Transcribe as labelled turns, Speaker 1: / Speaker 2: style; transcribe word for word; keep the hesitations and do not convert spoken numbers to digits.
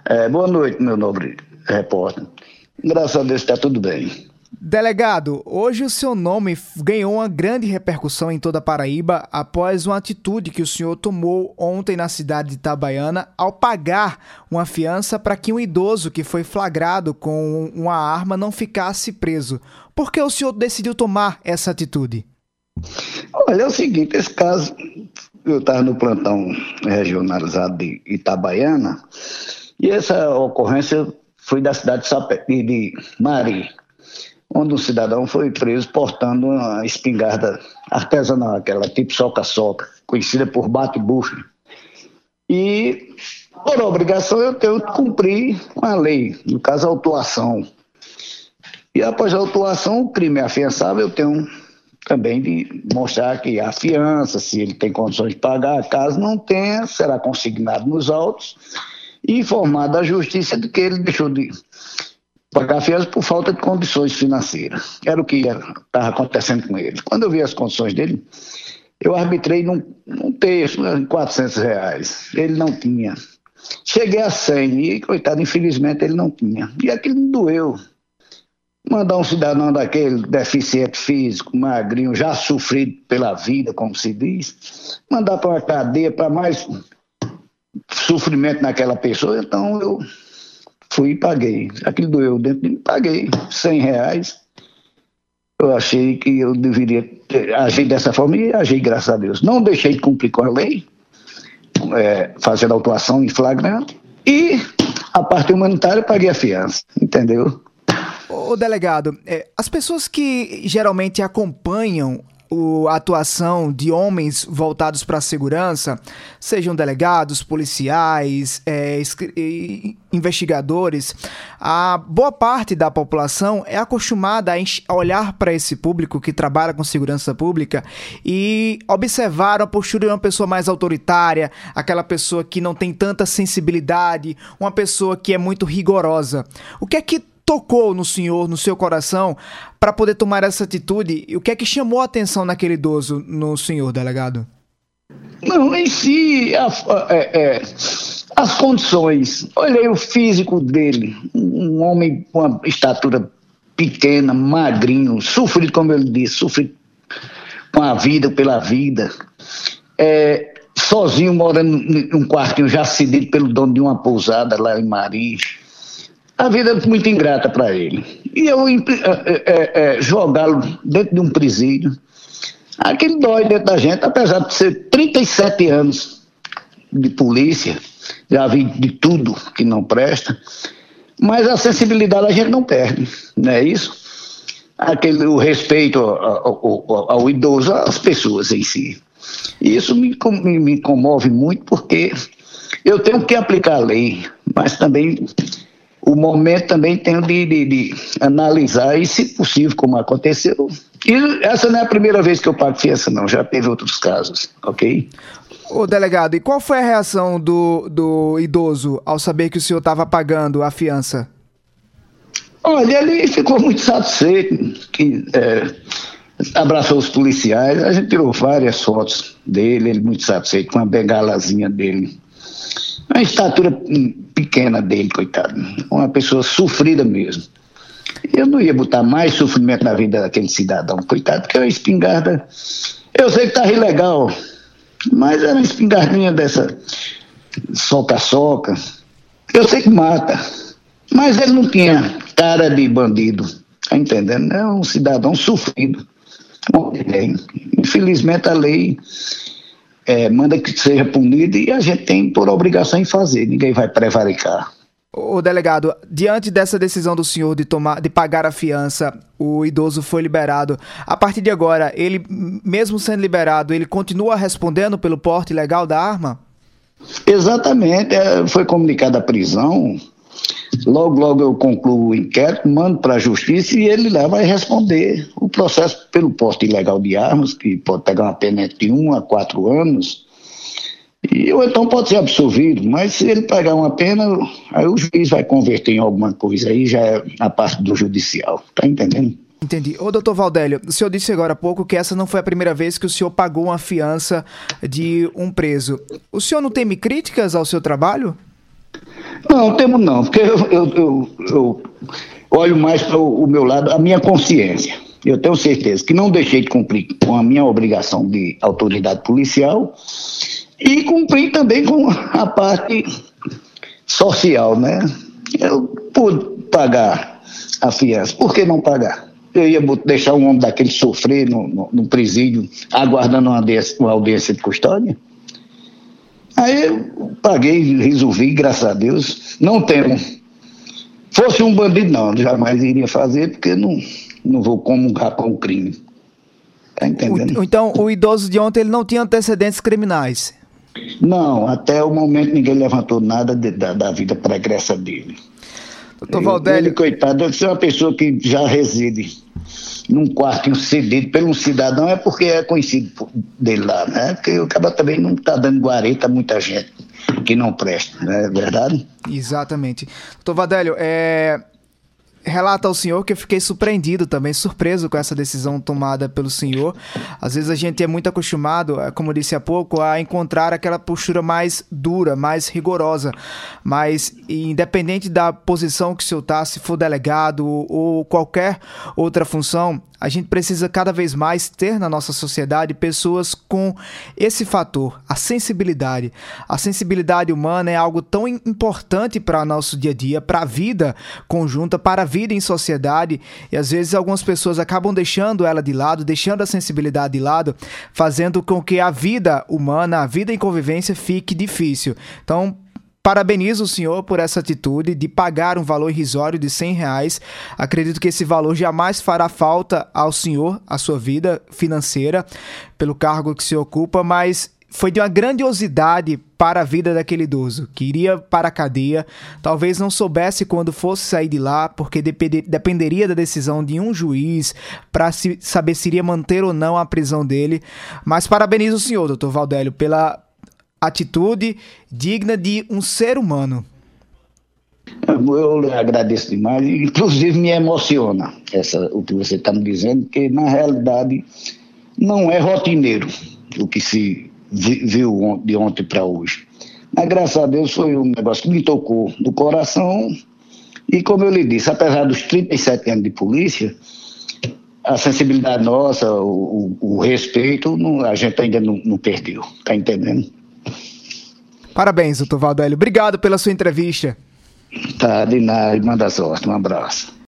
Speaker 1: É, boa noite, meu nobre repórter. Graças a Deus está tudo bem.
Speaker 2: Delegado, hoje o seu nome ganhou uma grande repercussão em toda a Paraíba após uma atitude que o senhor tomou ontem na cidade de Itabaiana ao pagar uma fiança para que um idoso que foi flagrado com uma arma não ficasse preso. Por que o senhor decidiu tomar essa atitude?
Speaker 1: Olha, é o seguinte, esse caso, eu estava no plantão regionalizado de Itabaiana e essa ocorrência foi da cidade de, Sapé, de Mari, onde um cidadão foi preso portando uma espingarda artesanal, aquela tipo soca-soca, conhecida por bate-bucho. E, por obrigação, eu tenho que cumprir a lei, no caso, a autuação. E após a autuação, o crime é afiançável, eu tenho também de mostrar que a fiança, se ele tem condições de pagar, caso não tenha, será consignado nos autos e informado à justiça de que ele deixou de pagar a fiança por falta de condições financeiras. Era o que estava acontecendo com ele. Quando eu vi as condições dele, eu arbitrei num, num texto, em quatrocentos reais. Ele não tinha. Cheguei a cem e, coitado, infelizmente ele não tinha. E aquilo me doeu. Mandar um cidadão daquele deficiente físico, magrinho, já sofrido pela vida, como se diz, mandar para uma cadeia para mais sofrimento naquela pessoa, então eu fui e paguei. Aquilo doeu dentro de mim, paguei cem reais. Eu achei que eu deveria ter, agir dessa forma e agi, graças a Deus. Não deixei de cumprir com a lei, é, fazendo autuação em flagrante, e a parte humanitária eu paguei a fiança, entendeu?
Speaker 2: Ô delegado, é, as pessoas que geralmente acompanham o, a atuação de homens voltados para a segurança, sejam delegados, policiais, é, investigadores, a boa parte da população é acostumada a olhar para esse público que trabalha com segurança pública e observar a postura de uma pessoa mais autoritária, aquela pessoa que não tem tanta sensibilidade, uma pessoa que é muito rigorosa. O que é que tocou no senhor, no seu coração, para poder tomar essa atitude? E o que é que chamou a atenção naquele idoso no senhor, delegado?
Speaker 1: Não, em si, a, é, é, as condições. Olhei o físico dele, um homem com uma estatura pequena, magrinho, sofrido, como ele disse, sofrido com a vida, pela vida, é, sozinho, morando num quartinho já cedido pelo dono de uma pousada lá em Mari. A vida é muito ingrata para ele. E eu é, é, é, jogá-lo dentro de um presídio, aquele dói dentro da gente, apesar de ser trinta e sete anos de polícia, já vi de tudo que não presta, mas a sensibilidade a gente não perde, não é isso? Aquele, o respeito ao, ao, ao idoso, às pessoas em si. E isso me, me, me comove muito, porque eu tenho que aplicar a lei, mas também o momento também tenho de, de, de analisar e, se possível, como aconteceu. E essa não é a primeira vez que eu pago fiança, não. Já teve outros casos, ok?
Speaker 2: Ô, delegado, e qual foi a reação do, do idoso ao saber que o senhor estava pagando a fiança?
Speaker 1: Olha, ele ficou muito satisfeito, que, é, abraçou os policiais, a gente tirou várias fotos dele, ele muito satisfeito com a bengalazinha dele. A estatura pequena dele, coitado. Uma pessoa sofrida mesmo. Eu não ia botar mais sofrimento na vida daquele cidadão, coitado, porque a espingarda, eu sei que estava ilegal, mas era uma espingardinha dessa soca-soca. Eu sei que mata, mas ele não tinha cara de bandido, tá entendendo? É um cidadão sofrido. Infelizmente a lei É, manda que seja punido e a gente tem por obrigação em fazer, ninguém vai prevaricar.
Speaker 2: Ô delegado, diante dessa decisão do senhor de, tomar, de pagar a fiança, o idoso foi liberado. A partir de agora, ele, mesmo sendo liberado, ele continua respondendo pelo porte ilegal da arma?
Speaker 1: Exatamente, é, foi comunicada a prisão, logo logo eu concluo o inquérito, mando para a justiça e ele lá vai responder o processo pelo porte ilegal de armas, que pode pegar uma pena de um a quatro anos, e, ou então pode ser absolvido, mas se ele pegar uma pena, aí o juiz vai converter em alguma coisa, aí já é a parte do judicial, tá entendendo?
Speaker 2: Entendi. Ô, doutor Valdélio, o senhor disse agora há pouco que essa não foi a primeira vez que o senhor pagou uma fiança de um preso. O senhor não teme críticas ao seu trabalho?
Speaker 1: Não, temo não, porque eu, eu, eu, eu olho mais para o, o meu lado, a minha consciência. Eu tenho certeza que não deixei de cumprir com a minha obrigação de autoridade policial e cumprir também com a parte social, né? Eu pude pagar a fiança, por que não pagar? Eu ia deixar um homem daquele sofrer no, no, no presídio, aguardando uma audiência, uma audiência de custódia? Aí eu paguei, resolvi, graças a Deus, não temo. Fosse um bandido, não, jamais iria fazer, porque não, não vou comungar com o crime. Tá entendendo?
Speaker 2: O, então, o idoso de ontem, ele não tinha antecedentes criminais?
Speaker 1: Não, até o momento ninguém levantou nada de, da, da vida pregressa dele.
Speaker 2: Doutor Valdélio...
Speaker 1: Ele, coitado, deve ser uma pessoa que já reside num quartinho cedido por um cidadão, é porque é conhecido dele lá, né? Porque o cara também não está dando guareta a muita gente que não presta, não é verdade?
Speaker 2: Exatamente. Doutor Valdélio, é... relata ao senhor que eu fiquei surpreendido também, surpreso com essa decisão tomada pelo senhor. Às vezes a gente é muito acostumado, como eu disse há pouco, a encontrar aquela postura mais dura, mais rigorosa. Mas independente da posição que o senhor está, se for delegado ou qualquer outra função, a gente precisa cada vez mais ter na nossa sociedade pessoas com esse fator, a sensibilidade. A sensibilidade humana é algo tão importante para o nosso dia a dia, para a vida conjunta, para a vida em sociedade, e às vezes algumas pessoas acabam deixando ela de lado, deixando a sensibilidade de lado, fazendo com que a vida humana, a vida em convivência fique difícil. Então, parabenizo o senhor por essa atitude de pagar um valor irrisório de cem reais. Acredito que esse valor jamais fará falta ao senhor, à sua vida financeira, pelo cargo que o senhor ocupa, mas foi de uma grandiosidade para a vida daquele idoso, que iria para a cadeia, talvez não soubesse quando fosse sair de lá, porque depender, dependeria da decisão de um juiz para se, saber se iria manter ou não a prisão dele. Mas parabenizo o senhor, doutor Valdélio, pela atitude digna de um ser humano.
Speaker 1: Eu lhe agradeço demais, inclusive me emociona essa, o que você está me dizendo, porque na realidade não é rotineiro o que se viu de ontem para hoje. Mas graças a Deus foi um negócio que me tocou no coração e, como eu lhe disse, apesar dos trinta e sete anos de polícia, a sensibilidade nossa, o, o, o respeito, não, a gente ainda não, não perdeu, tá entendendo?
Speaker 2: Parabéns, doutor Valdélio. Obrigado pela sua entrevista.
Speaker 1: Tá, de nada, manda sorte, um abraço.